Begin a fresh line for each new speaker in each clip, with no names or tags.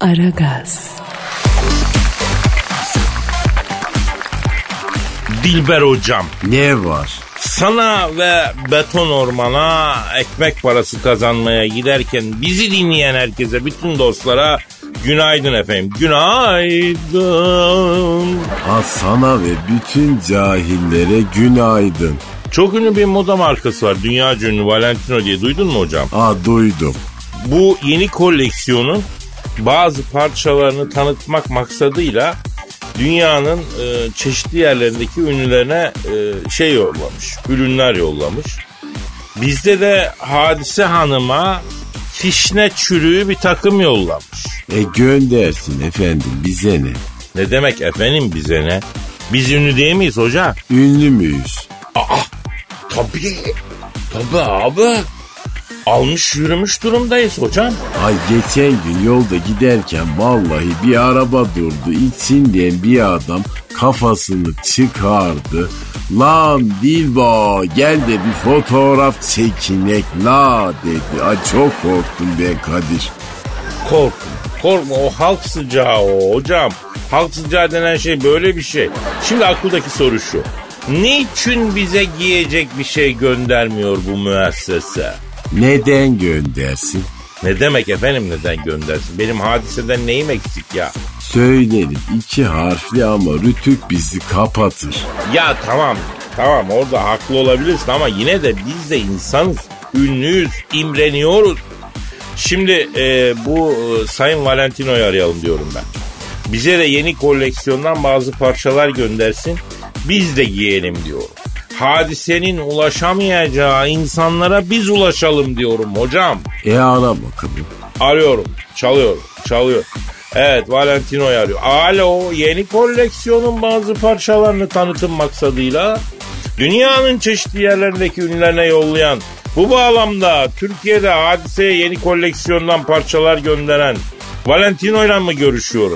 Aragaz.
Dilber hocam.
Ne var?
Sana ve beton ormana ekmek parası kazanmaya giderken bizi dinleyen herkese, bütün dostlara günaydın efendim. Günaydın.
Sana ve bütün cahillere günaydın.
Çok ünlü bir moda markası var. Dünyaca ünlü Valentino diye. Duydun mu hocam?
Duydum.
Bu yeni koleksiyonun bazı parçalarını tanıtmak maksadıyla dünyanın çeşitli yerlerindeki ünlülerine yollamış. Ürünler yollamış. Bizde de Hadise Hanım'a fişne çürüğü bir takım yollamış.
Göndersin efendim, bize ne?
Ne demek efendim bize ne? Biz ünlü değil miyiz hocam?
Ünlü müyüz?
Tabii abi. Almış yürümüş durumdayız hocam.
Geçen gün yolda giderken vallahi bir araba durdu. İçinden bir adam kafasını çıkardı. Lan Dilba, gel de bir fotoğraf çekinek la dedi. Çok korktum ben Kadir.
Korkma, o halk sıcağı o hocam. Halk sıcağı denen şey böyle bir şey. Şimdi akıldaki soru şu. Niçin bize giyecek bir şey göndermiyor bu müessese?
Neden göndersin?
Ne demek efendim neden göndersin? Benim Hadiseden neyim eksik ya?
Söylerim, 2 harfli ama Rütük bizi kapatır.
Ya tamam orada haklı olabilirsin ama yine de biz de insanız. Ünlüyüz, imreniyoruz. Şimdi bu Sayın Valentino'yu arayalım diyorum ben. Bize de yeni koleksiyondan bazı parçalar göndersin. Biz de giyelim diyorum. Hadisenin ulaşamayacağı insanlara biz ulaşalım diyorum hocam.
Ara bakalım.
Arıyorum. Çalıyor. Evet, Valentino'yu arıyor. Alo, yeni koleksiyonun bazı parçalarını tanıtım maksadıyla dünyanın çeşitli yerlerindeki ünlülerine yollayan, bu bağlamda Türkiye'de Hadise'ye yeni koleksiyondan parçalar gönderen Valentino'yla mı görüşüyorum?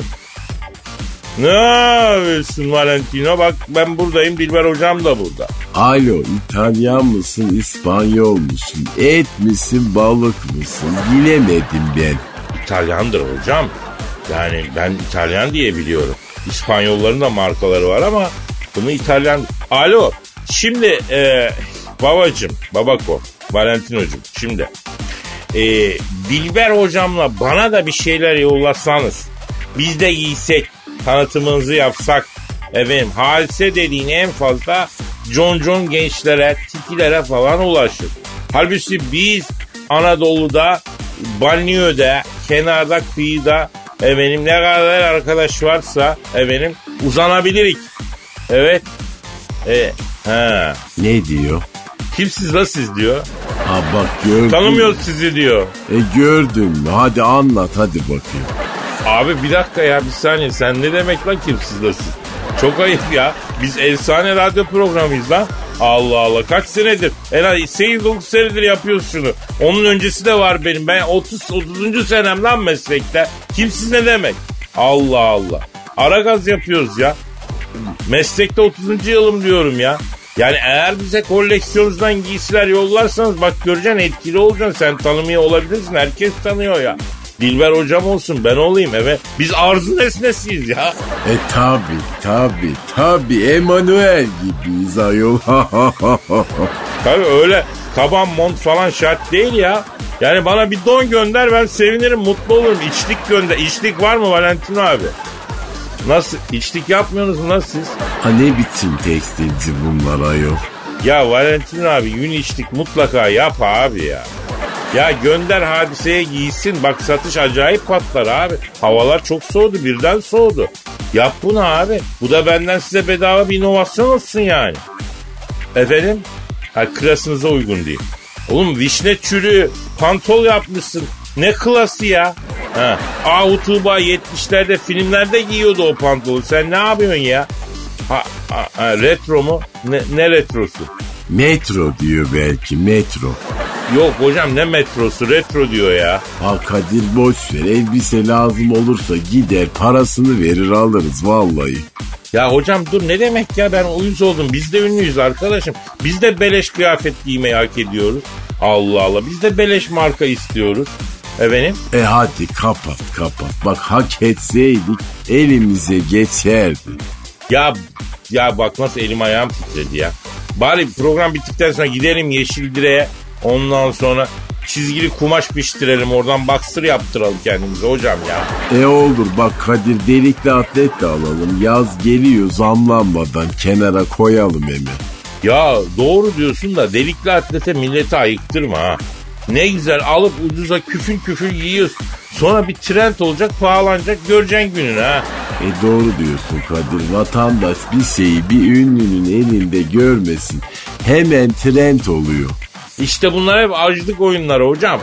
Ne yapıyorsun Valentino? Bak ben buradayım, Dilber hocam da burada.
Alo, İtalyan mısın, İspanyol musun? Et misin, balık mısın? Bilemedim ben.
İtalyandır hocam. Yani ben İtalyan diye biliyorum. İspanyolların da markaları var ama bunu İtalyan... Alo, şimdi babako, Valentino'cum, şimdi Dilber hocamla bana da bir şeyler yollasanız, biz de giysek, tanıtımınızı yapsak, efendim Hadise dediğin en fazla concon gençlere, tikilere falan ulaşır. Halbuki biz Anadolu'da, banliyöde, kenarda, kıyıda, efendim ne kadar arkadaş varsa efendim uzanabilirik. Evet.
Ne diyor?
Kimsiz la siz diyor.
Bak gördüm.
Tanımıyoruz sizi diyor.
Gördün mü? Hadi anlat, hadi bakayım.
Abi bir dakika ya, bir saniye, sen ne demek lan kimsiz la siz? Çok ayıp ya. Biz efsane radyo programıyız lan. Allah Allah, kaç senedir? 8-9 senedir yapıyoruz şunu. Onun öncesi de var benim. Ben 30. senem lan meslekte. Kimsiz ne demek? Allah Allah. Aragaz yapıyoruz ya. Meslekte 30. yılım diyorum ya. Yani eğer bize koleksiyonunuzdan giysiler yollarsanız bak göreceksin, etkili olacaksın. Sen tanımıyor olabilirsin. Herkes tanıyor ya. Dilber hocam olsun, ben olayım, evet. Biz arzu nesnesiyiz ya.
Tabii Emanuel gibiyiz ayol.
Tabii öyle kaban mont falan şart değil ya. Yani bana bir don gönder, ben sevinirim, mutlu olurum. İçlik gönder. İçlik var mı Valentino abi? Nasıl? İçlik yapmıyorsunuz mu lan siz?
Ne biçim tekstilci bunlar ayol?
Ya Valentino abi, yün içlik mutlaka yap abi ya. Ya gönder Hadiseye giysin. Bak satış acayip patlar abi. Havalar çok soğudu, birden soğudu. Yap bunu abi. Bu da benden size bedava bir inovasyon olsun yani. Efendim? Klasınıza uygun değil. Oğlum vişne çürüğü pantol yapmışsın. Ne klası ya? Ahu Tuğba 70'lerde filmlerde giyiyordu o pantolu. Sen ne yapıyorsun ya? Retro mu? Ne retrosu?
Metro diyor belki, metro.
Yok hocam, ne metrosu, retro diyor ya.
Kadir boş ver, elbise lazım olursa gider parasını verir alırız vallahi.
Ya hocam dur, ne demek ya, ben uyuz oldum. Biz de ünlüyüz arkadaşım. Biz de beleş kıyafet giymeyi hak ediyoruz. Allah Allah, biz de beleş marka istiyoruz. Efendim?
Hadi kapat. Bak hak etseydik elimize geçerdi.
Ya bak nasıl elim ayağım titredi ya. Bari program bittikten sonra gidelim Yeşildire'ye. Ondan sonra çizgili kumaş piştirelim. Oradan boxer yaptıralım kendimize hocam ya.
Olur bak Kadir, delikli atlet de alalım. Yaz geliyor, zamlanmadan kenara koyalım hemen.
Ya doğru diyorsun da delikli atlete milleti ayıktırma ha. Ne güzel alıp ucuza küfür yiyoruz. Sonra bir trend olacak, pahalanacak, göreceksin gününü ha.
Doğru diyorsun Kadir. Vatandaş bir şeyi bir ünlünün elinde görmesin, hemen trend oluyor.
İşte bunlar hep açlık oyunları hocam.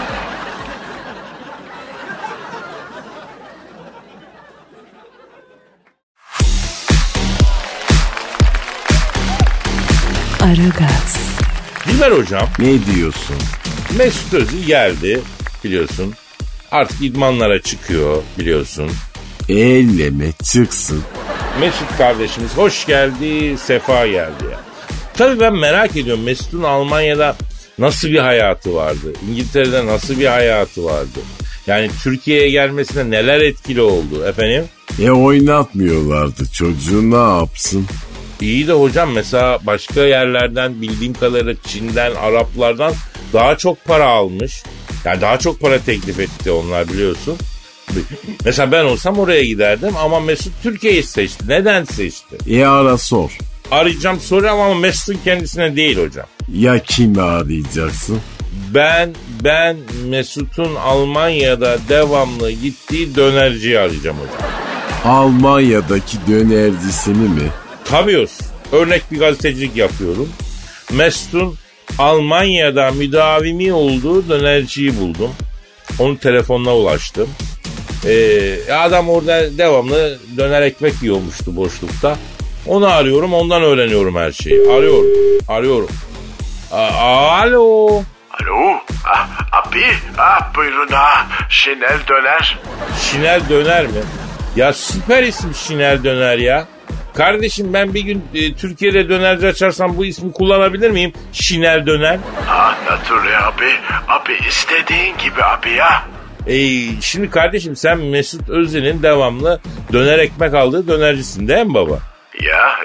Aragaz.
Dilber hocam.
Ne diyorsun?
Mesut Özil geldi biliyorsun. Artık idmanlara çıkıyor biliyorsun.
Elleme çıksın.
Mesut kardeşimiz hoş geldi, sefa geldi ya. Tabii ben merak ediyorum Mesut'un Almanya'da nasıl bir hayatı vardı? İngiltere'de nasıl bir hayatı vardı? Yani Türkiye'ye gelmesine neler etkili oldu efendim?
Oynatmıyorlardı çocuğu, ne yapsın?
İyi de hocam mesela başka yerlerden bildiğim kadarıyla Çin'den, Araplardan daha çok para almış. Yani daha çok para teklif etti onlar biliyorsun. Mesela ben olsam oraya giderdim ama Mesut Türkiye'yi seçti. Neden seçti?
Ara sor.
Arayacağım soracağım ama Mesut'un kendisine değil hocam.
Ya kimi arayacaksın?
Ben Mesut'un Almanya'da devamlı gittiği dönerciyi arayacağım hocam.
Almanya'daki dönercisini mi?
Tabii olsun. Örnek bir gazetecilik yapıyorum. Mesut'un Almanya'da müdavimi olduğu dönerciyi buldum. Onun telefonuna ulaştım. Adam orada devamlı döner ekmek yiyormuştu boşlukta. Onu arıyorum, ondan öğreniyorum her şeyi. Arıyorum. Alo.
Alo, abi, buyurun Şinel Döner.
Şinel Döner mi? Ya süper isim Şinel Döner ya. Kardeşim ben bir gün Türkiye'de dönerci açarsam bu ismi kullanabilir miyim? Şinel Döner.
Naturally abi istediğin gibi abi ya.
Şimdi kardeşim sen Mesut Özil'in devamlı döner ekmek aldığı dönercisin değil mi baba?
Ya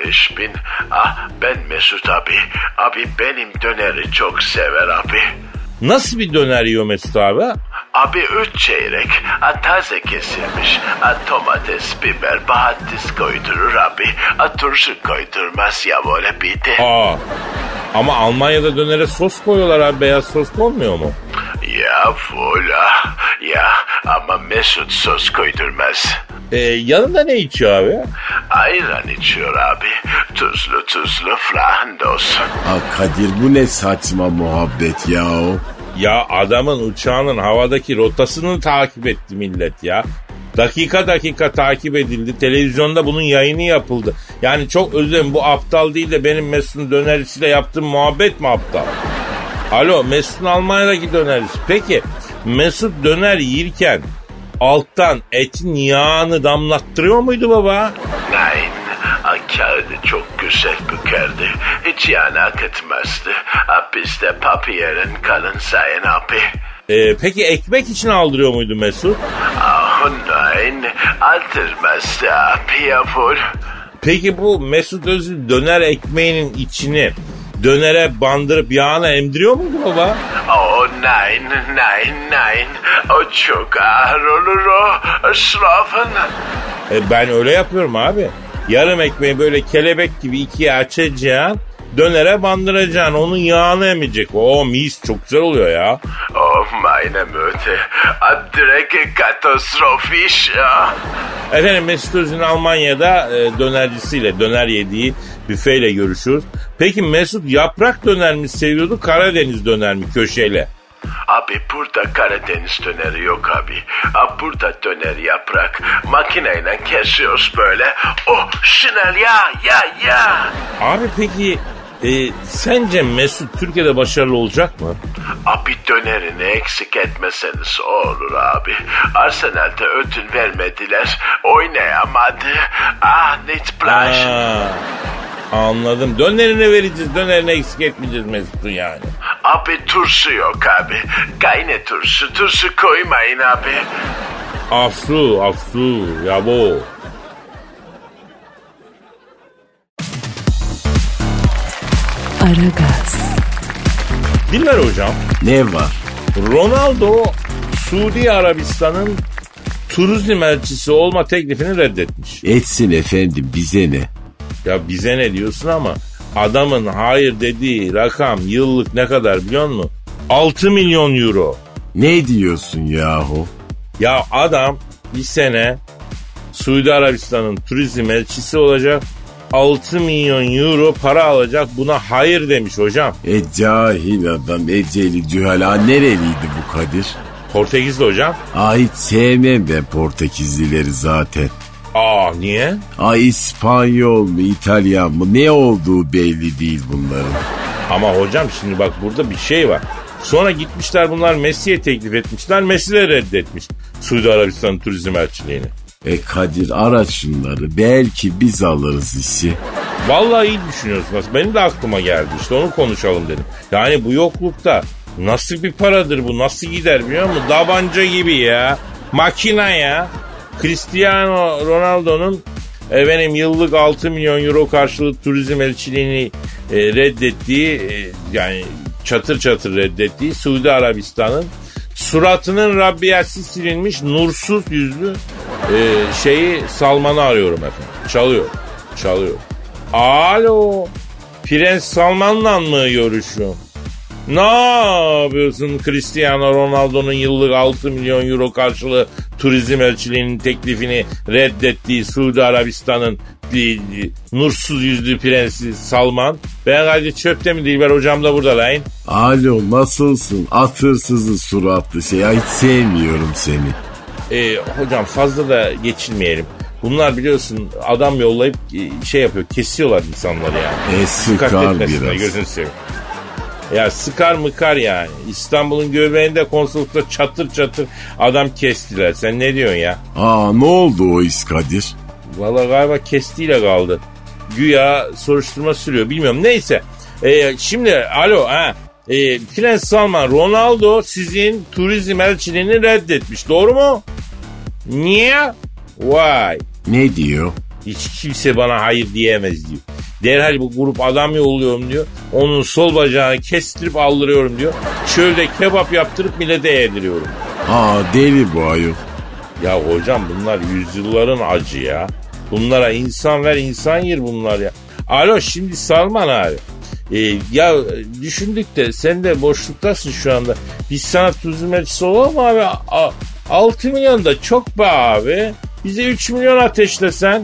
ben Mesut abi. Abi benim döneri çok sever abi.
Nasıl bir döner yiyor Mesut abi?
Abi 3 çeyrek, taze kesilmiş, domates, biber, baharat koydurur abi. Turşu koydurmaz ya böyle bir de.
Ama Almanya'da dönere sos koyuyorlar abi, beyaz sos konmuyor mu?
Ya vola, ya ama Mesut sos koydurmaz.
Yanında ne içiyor abi?
Ayran içiyor abi. Tuzlu Frandos.
Kadir bu ne saçma muhabbet ya o.
Ya adamın uçağının havadaki rotasını takip etti millet ya. Dakika takip edildi. Televizyonda bunun yayını yapıldı. Yani çok özür dilerim, bu aptal değil de benim Mesut'un dönercisiyle yaptığım muhabbet mi aptal? Alo, Mesut'un Almanya'daki dönercisi. Peki Mesut döner yiyirken alttan etin yağını damlattırıyor muydu baba?
Nein. Kağıdı çok güzel bükerdi. Hiç yağını akıtmazdı. Bizde papiyerin kalın sayın abi.
Peki ekmek için aldırıyor muydu Mesut?
Nein. Aldırmazdı abi ya full.
Peki bu Mesut Özil döner ekmeğinin içini dönere bandırıp yağına emdiriyor muydu baba?
Nein. O çok ağır olur o. Schlafen.
Ben öyle yapıyorum abi. Yarım ekmeği böyle kelebek gibi ikiye açacaksın, dönere bandıracaksın, onun yağını emecek. Mis, çok güzel oluyor ya.
Meine Mütter. Direkt katastrofisch ya.
Efendim Mesut Özil'in Almanya'da dönercisiyle, döner yediği büfeyle görüşürüz. Peki Mesut yaprak döner mi seviyordu, Karadeniz döner mi köşeyle?
Abi burada Karadeniz döneri yok abi. Burada döner yaprak. Makineyle kesiyoruz böyle. Şinel ya.
Abi peki sence Mesut Türkiye'de başarılı olacak mı?
Abi dönerini eksik etmeseniz o olur abi. Arsenal'de ödül vermediler. Oynayamadı. Net plaj.
Anladım. Dönerini vereceğiz. Dönerini eksik etmeyeceğiz Mesut'un yani.
Abi turşu yok abi. Kayne turşu koymayın abi.
Afsu ya bu.
Aragaz.
Dilber hocam.
Ne var?
Ronaldo Suudi Arabistan'ın turizm elçisi olma teklifini reddetmiş.
Etsin efendim, bize ne?
Ya bize ne diyorsun ama adamın hayır dediği rakam yıllık ne kadar biliyor musun? 6 milyon euro.
Ne diyorsun yahu?
Ya adam bir sene Suudi Arabistan'ın turizm elçisi olacak, 6 milyon euro para alacak, buna hayır demiş hocam.
Cahil adam, eceli cühala. Nereliydi bu Kadir?
Portekizli hocam.
Hiç sevmem ben Portekizlileri zaten.
Niye?
İspanyol mu İtalyan mı, ne olduğu belli değil bunların.
Ama hocam şimdi bak burada bir şey var. Sonra gitmişler bunlar Messi'ye teklif etmişler. Messi de reddetmiş Suudi Arabistan turizm elçiliğini.
Kadir ara şunları, belki biz alırız işi.
Vallahi iyi düşünüyorsun. Benim de aklıma geldi işte, onu konuşalım dedim. Yani bu yoklukta nasıl bir paradır bu, nasıl gider biliyor musun? Tabanca gibi ya, makina ya. Cristiano Ronaldo'nun yıllık 6 milyon euro karşılığı turizm elçiliğini reddettiği, yani çatır çatır reddettiği Suudi Arabistan'ın suratının rabbiyesi silinmiş nursuz yüzlü Salman'ı arıyorum efendim. Çalıyor. Alo, Prens Salman'la mı görüşüyorum? Ne yapıyorsun Cristiano Ronaldo'nun yıllık 6 milyon euro karşılığı turizm elçiliğinin teklifini reddettiği Suudi Arabistan'ın nursuz yüzlü prensi Salman? Ben hadi çöpte mi Dilber hocam da burada lan?
Alo, nasılsın? Atırsızı suratlı şey. Hiç sevmiyorum seni.
Hocam fazla da geçilmeyelim. Bunlar biliyorsun adam yollayıp yapıyor, kesiyorlar insanları yani.
Sıkar biraz.
Gözünü seveyim. Ya sıkar mıkar yani. İstanbul'un göbeğinde konsoloslukta çatır çatır adam kestiler. Sen ne diyorsun ya?
Ne oldu o iş Kadir?
Vallahi galiba kestiğiyle kaldı. Güya soruşturma sürüyor, bilmiyorum. Neyse. Şimdi alo Prens Salman, Ronaldo sizin turizm elçiliğini reddetmiş. Doğru mu? Niye? Vay.
Ne diyor?
Hiç kimse bana hayır diyemez diyor. Derhal bu grup adam yolluyorum diyor. Onun sol bacağını kestirip aldırıyorum diyor. Çölde kebap yaptırıp millete yediriyorum.
Deli bu ayol.
Ya hocam bunlar yüzyılların acı ya. Bunlara insan ver insan yer bunlar ya. Alo şimdi Salman abi. Ya düşündük de sen de boşluktasın şu anda. Biz sana turizm elçisi olalım abi. 6 milyon da çok be abi. Bize 3 milyon ateşlesen.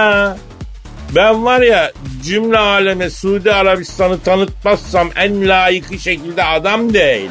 Ben var ya cümle aleme Suudi Arabistan'ı tanıtmazsam en layıkı şekilde adam değil.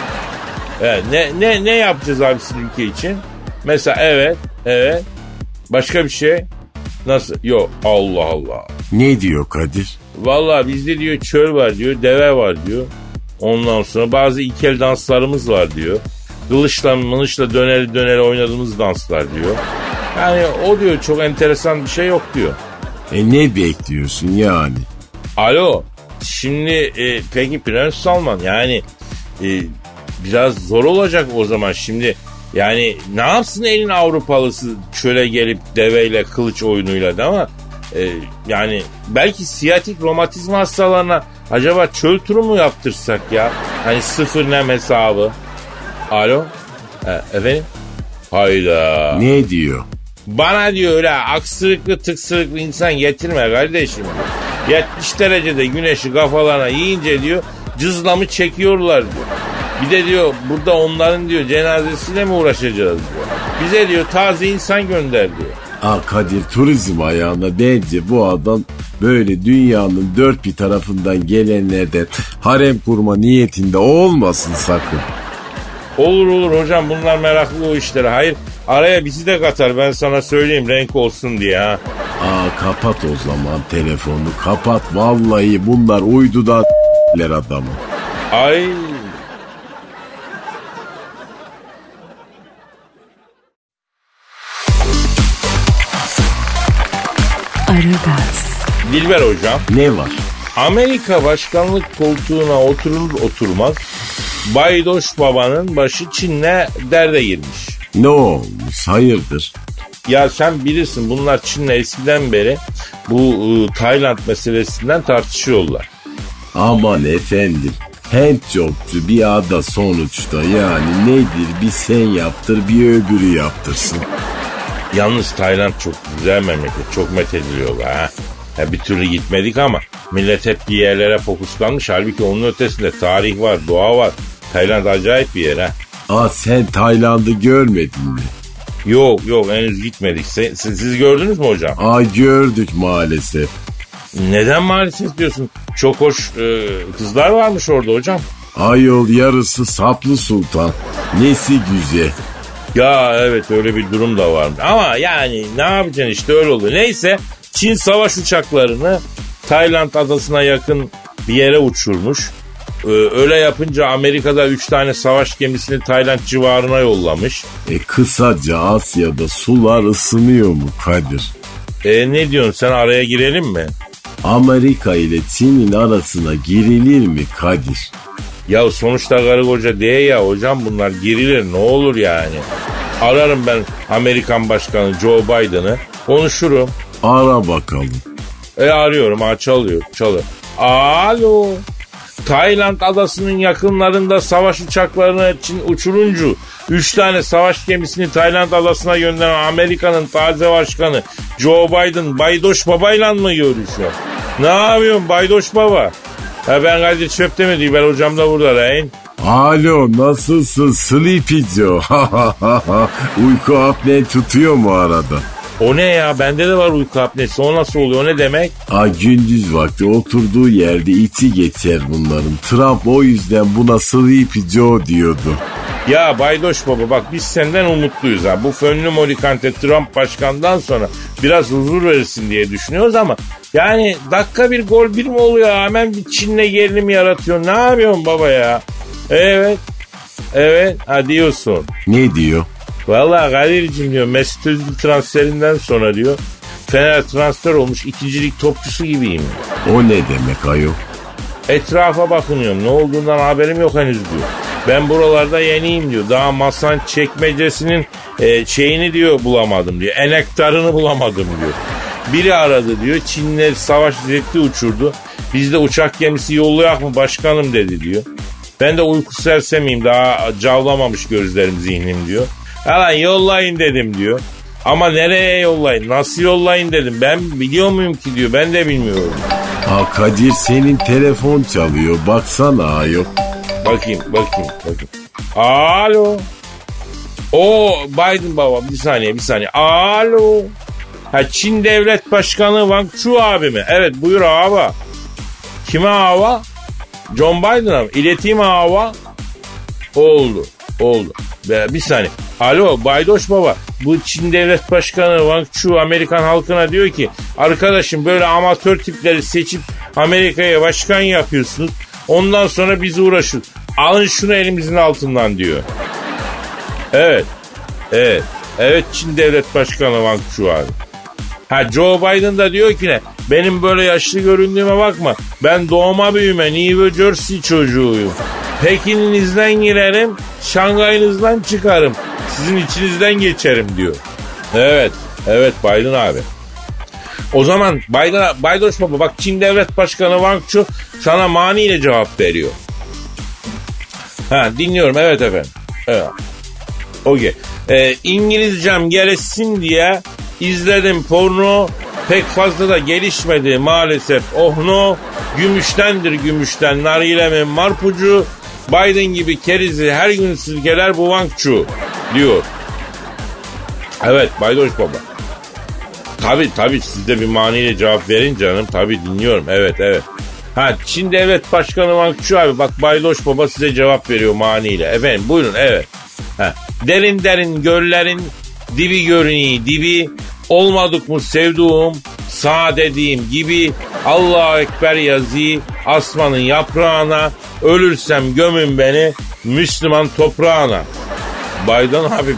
Ne yapacağız abi sizin ülke için? Mesela evet. Başka bir şey? Nasıl? Yok. Allah Allah.
Ne diyor Kadir?
Vallahi bizde diyor çöl var diyor, deve var diyor. Ondan sonra bazı ilkel danslarımız var diyor. Kılıçla mınışla döneri oynadığımız danslar diyor. Yani o diyor çok enteresan bir şey yok diyor.
Ne bekliyorsun yani?
Alo. Şimdi peki Prens Salman yani biraz zor olacak o zaman şimdi. Yani ne yapsın elin Avrupalısı çöle gelip deveyle kılıç oyunuyla değil mi? Yani belki siyatik romatizma hastalarına acaba çöl turu mu yaptırsak ya? Hani sıfır nem hesabı. Alo. Efendim? Hayda.
Ne diyor?
Bana diyor öyle aksırıklı tıksırıklı insan getirme kardeşim. 70 derecede güneşi kafalarına yiyince diyor cızlamı çekiyorlar diyor. Bir de diyor burada onların diyor cenazesiyle mi uğraşacağız diyor. Bize diyor taze insan gönder diyor.
Kadir, turizm ayağına bence bu adam böyle dünyanın dört bir tarafından gelenlerden harem kurma niyetinde olmasın sakın.
Olur hocam, bunlar meraklı o işlere. Hayır, araya bizi de katar, ben sana söyleyeyim, renk olsun diye ha.
Kapat o zaman telefonu, kapat, vallahi bunlar uydudan adamı.
Ay.
Aragaz.
Dilber hocam.
Ne var?
Amerika başkanlık koltuğuna oturur oturmaz Baydoş Baba'nın başı Çin'le derde girmiş.
Ne olmuş, hayırdır?
Ya sen bilirsin, bunlar Çin'le eskiden beri bu Tayland meselesinden tartışıyorlar.
Aman efendim, handjobcu bir ada sonuçta, yani nedir, bir sen yaptır bir öbürü yaptırsın.
Yalnız Tayland çok güzel memleket, çok methediliyorlar ha. Ya bir türlü gitmedik ama millet hep bir yerlere fokuslanmış. Halbuki onun ötesinde tarih var, doğa var. Tayland acayip bir yer ha.
Aa, sen Tayland'ı görmedin mi?
Yok henüz gitmedik. Siz gördünüz mü hocam?
Gördük maalesef.
Neden maalesef diyorsun? Çok hoş kızlar varmış orada hocam.
Ayol, yarısı saplı sultan. Nesi güzel.
Ya evet, öyle bir durum da varmış. Ama yani ne yapacaksın, işte öyle oluyor. Neyse, Çin savaş uçaklarını Tayland adasına yakın bir yere uçurmuş. Öyle yapınca Amerika'da 3 tane savaş gemisini Tayland civarına yollamış.
Kısaca Asya'da sular ısınıyor mu Kadir?
Ne diyorsun, sen araya girelim mi?
Amerika ile Çin'in arasına girilir mi Kadir?
Ya sonuçta karı koca diye ya hocam, bunlar girilir, ne olur yani. Ararım ben Amerikan Başkanı Joe Biden'ı, konuşurum.
Ara bakalım.
Arıyorum, çalıyor. Alo. Tayland adasının yakınlarında savaş uçaklarını Çin uçuruncu 3 tane savaş gemisini Tayland adasına gönderen Amerika'nın taze başkanı Joe Biden Baydoş Baba'yla mı görüşüyor? Ne yapıyorsun Baydoş Baba? Ben Kadir Çöptemir, Dilber hocam da burada rehin.
Alo, nasılsın Sleepy Joe? Uyku apne tutuyor mu arada?
O ne ya? Bende de var uyku apnesi. O nasıl oluyor? O ne demek?
Gündüz vakti oturduğu yerde içi geçer bunların. Trump o yüzden buna Sleepy Joe diyordu.
Ya Baydoş Baba, bak biz senden umutluyuz ha. Bu fönlü molikante Trump başkandan sonra biraz huzur verirsin diye düşünüyoruz ama yani dakika bir gol bir mi oluyor? Hemen bir Çin'le gerilim yaratıyor. Ne yapıyorsun baba ya? Evet. Ha diyorsun.
Ne diyor?
Vallahi Kadir'cim diyor, Mesut Özil transferinden sonra diyor Fener transfer olmuş, ikincilik topçusu gibiyim.
O ne demek ayol?
Etrafa bakınıyorum, ne olduğundan haberim yok henüz diyor. Ben buralarda yeniyim diyor. Daha masan çekmecesinin şeyini diyor bulamadım diyor. Enektarını bulamadım diyor. Biri aradı diyor. Çinliler savaş jeti uçurdu. Biz de uçak gemisi yollayak mı başkanım dedi diyor. Ben de uyku sersemiyim, daha cavlamamış gözlerim zihnim diyor. Lan yollayın dedim diyor. Ama nereye yollayın, nasıl yollayın dedim. Ben biliyor muyum ki diyor, ben de bilmiyorum.
Kadir, senin telefon çalıyor, baksana ayol.
Bakayım. Alo. O Biden baba, bir saniye. Alo. Çin Devlet Başkanı Wang Chu abi mi? Evet buyur abi. Kime hava? John Biden'a mı? İleteyim hava. Oldu. Bir saniye. Alo Baydoş Baba, bu Çin Devlet Başkanı Wang Chu Amerikan halkına diyor ki, arkadaşım böyle amatör tipleri seçip Amerika'ya başkan yapıyorsunuz. Ondan sonra bizi uğraşın. Alın şunu elimizin altından diyor. Evet Çin Devlet Başkanı Wang Chu abi. Joe Biden da diyor ki ne? Benim böyle yaşlı göründüğüme bakma. Ben doğma büyüme New Jersey çocuğuyum. Pekin'inizden girerim, Şangay'ınızdan çıkarım. Sizin içinizden geçerim diyor. Evet Biden abi. O zaman Baydoş Baba, bak Çin Devlet Başkanı Wang Chu sana maniyle cevap veriyor. Dinliyorum, evet efendim. Evet. Okey. İngilizcem gelişsin diye izledim porno. Pek fazla da gelişmedi maalesef. Oh no. Gümüşten narilemin marpucu. Biden gibi kerizi her gün silkeler bu Wang Chu diyor. Evet Baydoş Baba. Tabii siz de bir maniyle cevap verin canım. Tabii dinliyorum. Evet. Çin Devlet Başkanı Wang Chu abi, bak Baydoş Baba size cevap veriyor maniyle. Efendim buyurun, evet. Derin göllerin dibi görünüyor dibi. Olmadık mı sevduğum sağ dediğim gibi, Allahu Ekber yazıyı asmanın yaprağına, ölürsem gömün beni Müslüman toprağına. Biden abi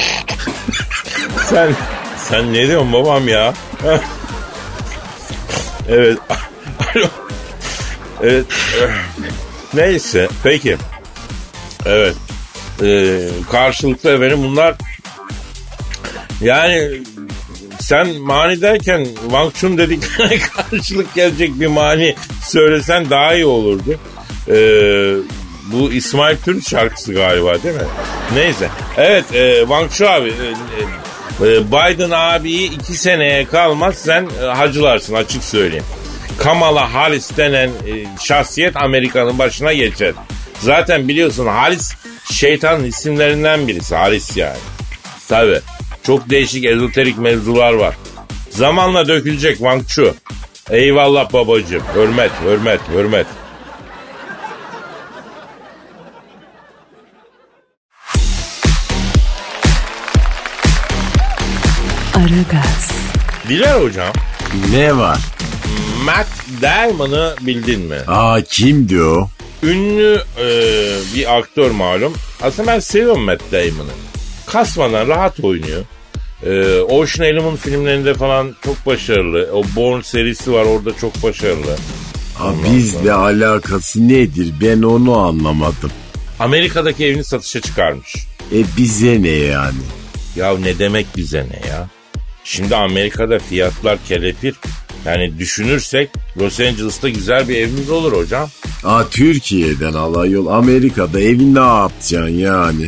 sen ne diyorsun babam ya? Evet. Evet. Neyse. Peki. Evet. Karşılıklı efendim bunlar. Yani sen mani derken Wang Chun dediklerine karşılık gelecek bir mani söylesen daha iyi olurdu. Bu İsmail Türk şarkısı galiba değil mi? Neyse. Evet Wang Chun abi Biden abiyi 2 seneye kalmaz sen hacılarsın açık söyleyeyim. Kamala Harris denen şahsiyet Amerika'nın başına geçer. Zaten biliyorsun Harris şeytanın isimlerinden birisi. Harris yani. Tabii. Çok değişik ezoterik mevzular var. Zamanla dökülecek Wang Chun. Eyvallah babacığım. Hürmet, hürmet, hürmet.
Aragaz.
Dilber hocam.
Ne var?
Matt Damon'ı bildin mi?
Kimdi o?
Ünlü bir aktör malum. Aslında ben seviyorum Matt Damon'ı. Kasmadan rahat oynuyor. Ocean Eleven filmlerinde falan çok başarılı. O Bourne serisi var orada çok başarılı.
Bizle alakası nedir? Ben onu anlamadım.
Amerika'daki evini satışa çıkarmış.
Bize ne yani?
Ya ne demek bize ne ya? Şimdi Amerika'da fiyatlar kelepir. Yani düşünürsek Los Angeles'ta güzel bir evimiz olur hocam.
Türkiye'den alayol Amerika'da evi ne yapacaksın yani?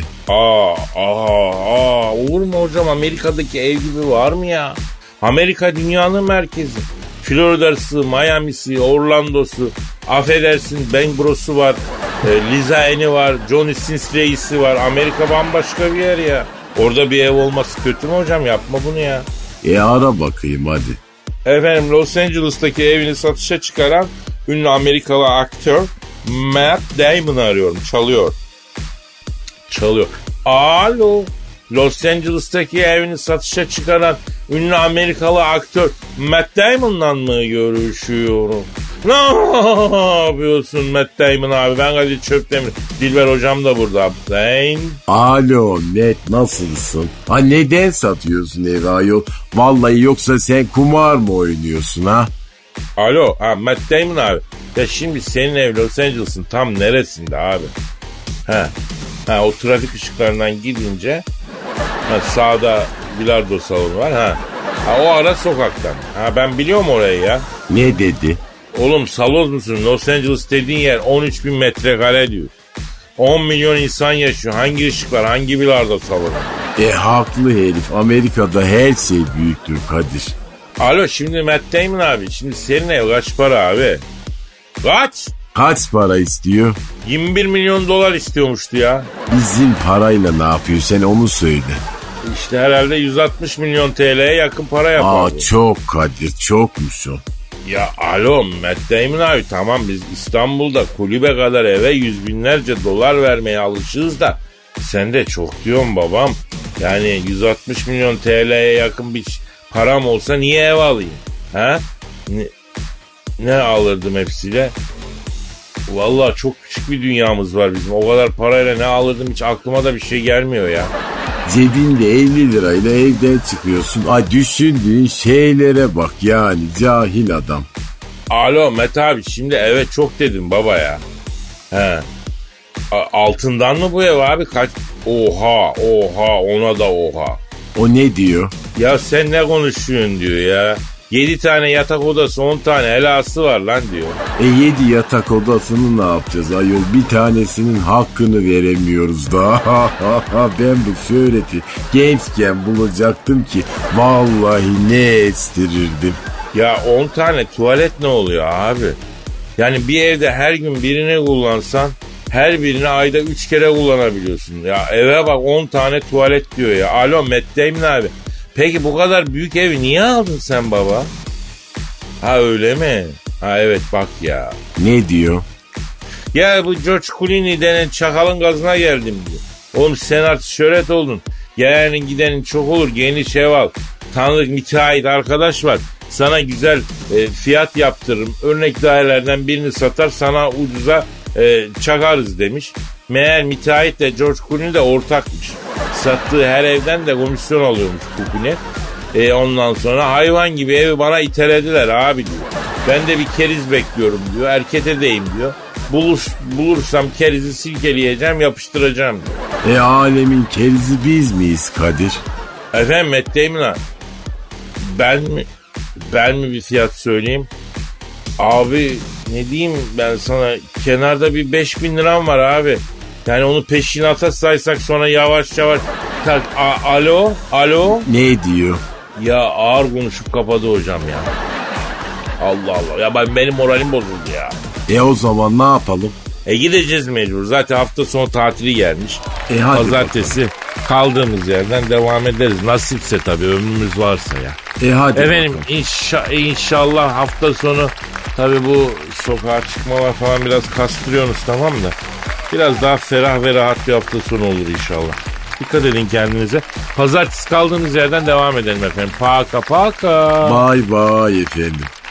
Olur mu hocam? Amerika'daki ev gibi var mı ya? Amerika dünyanın merkezi. Florida'sı, Miami'si, Orlando'su, affedersin Bengro'su var, Liza Anne'i var, Johnny Sins Reis'i var. Amerika bambaşka bir yer ya. Orada bir ev olması kötü mü hocam? Yapma bunu ya.
Ara bakayım hadi.
Efendim Los Angeles'taki evini satışa çıkaran ünlü Amerikalı aktör Matt Damon'ı arıyorum. Çalıyor. Alo. Los Angeles'taki evini satışa çıkaran ünlü Amerikalı aktör Matt Damon'la mı görüşüyorum? Ne yapıyorsun Matt Damon abi? Ben Kadir Çöptemir. Dilber hocam da burada.
Alo Matt nasılsın? Neden satıyorsun evi ayol? Vallahi yoksa sen kumar mı oynuyorsun ha?
Alo Matt Damon abi. Ya şimdi senin ev Los Angeles'ın tam neresinde abi? O trafik ışıklarından gidince sağda bilardo salonu var. O ara sokaktan. Ben biliyorum orayı ya.
Ne dedi?
Oğlum saloz musun? Los Angeles dediğin yer 13 bin metrekare diyor. 10 milyon insan yaşıyor. Hangi ışıklar, hangi bilardo salonu?
Haklı herif. Amerika'da her şey büyüktür Kadir.
Alo şimdi Matt Damon abi. Şimdi senin ev kaç para abi? Kaç?
Kaç para istiyor?
21 milyon dolar istiyormuştu ya.
Bizim parayla ne yapıyor sen onu söyle.
İşte herhalde 160 milyon TL'ye yakın para yapar.
Çok Kadir çokmuş o.
Ya alo Matt Damon abi tamam biz İstanbul'da kulübe kadar eve 100 binlerce dolar vermeye alışığız da sen de çok diyorsun babam. Yani 160 milyon TL'ye yakın bir param olsa niye ev alayım? Ne alırdım hepsiyle? Vallahi çok küçük bir dünyamız var bizim. O kadar parayla ne alırdım hiç aklıma da bir şey gelmiyor ya.
Cebinde 50 lirayla evden çıkıyorsun. Düşündüğün şeylere bak yani cahil adam.
Alo Met abi şimdi evet çok dedim baba ya. Altından mı bu ev abi? Kaç? Oha ona da oha.
O ne diyor?
Ya sen ne konuşuyorsun diyor ya. 7 tane yatak odası 10 tane helası var lan diyor.
7 yatak odasını ne yapacağız ayol? Bir tanesinin hakkını veremiyoruz da. Ben bu şöhreti gençken bulacaktım ki vallahi ne estirirdim.
Ya 10 tane tuvalet ne oluyor abi? Yani bir evde her gün birini kullansan her birini ayda 3 kere kullanabiliyorsun. Ya eve bak 10 tane tuvalet diyor ya. Alo Matt Damon abi. Peki bu kadar büyük evi niye aldın sen baba? Öyle mi? Evet bak ya.
Ne diyor?
Ya bu George Clooney denen çakalın gazına geldim diyor. Oğlum sen artık şöhret oldun. Gelenin gidenin çok olur geniş ev al. Tanıdık müteahhit arkadaş var. Sana güzel fiyat yaptırırım. Örnek dairelerden birini satar sana ucuza çakarız demiş. Meğer müteahhitle George Clooney de ortakmış. Sattığı her evden de komisyon alıyormuş Clooney. Ondan sonra hayvan gibi evi bana itelediler abi diyor. Ben de bir keriz bekliyorum diyor. Erket edeyim diyor. Bulursam kerizi silkeleyeceğim, yapıştıracağım diyor.
Alemin kerizi biz miyiz Kadir?
Efendim Matt Damon'a ben mi bir fiyat söyleyeyim? Abi ne diyeyim ben sana, kenarda bir 5.000 liram var abi. Yani onu peşinata saysak sonra yavaş yavaş tak. Alo.
Ne diyor?
Ya ağır konuşup kapadı hocam ya. Allah Allah ya, benim moralim bozuldu ya.
O zaman ne yapalım?
Gideceğiz mecbur. Zaten hafta sonu tatili gelmiş.
Hadi
Pazartesi bakalım. Kaldığımız yerden devam ederiz. Nasipse tabii, ömrümüz varsa ya.
Hadi
efendim inşallah hafta sonu tabii bu sokağa çıkmalar falan biraz kastırıyorsunuz, tamam da. Biraz daha ferah ve rahat bir hafta sonu olur inşallah. Dikkat edin kendinize. Pazartesi kaldığınız yerden devam edelim efendim. Paka.
Bye efendim.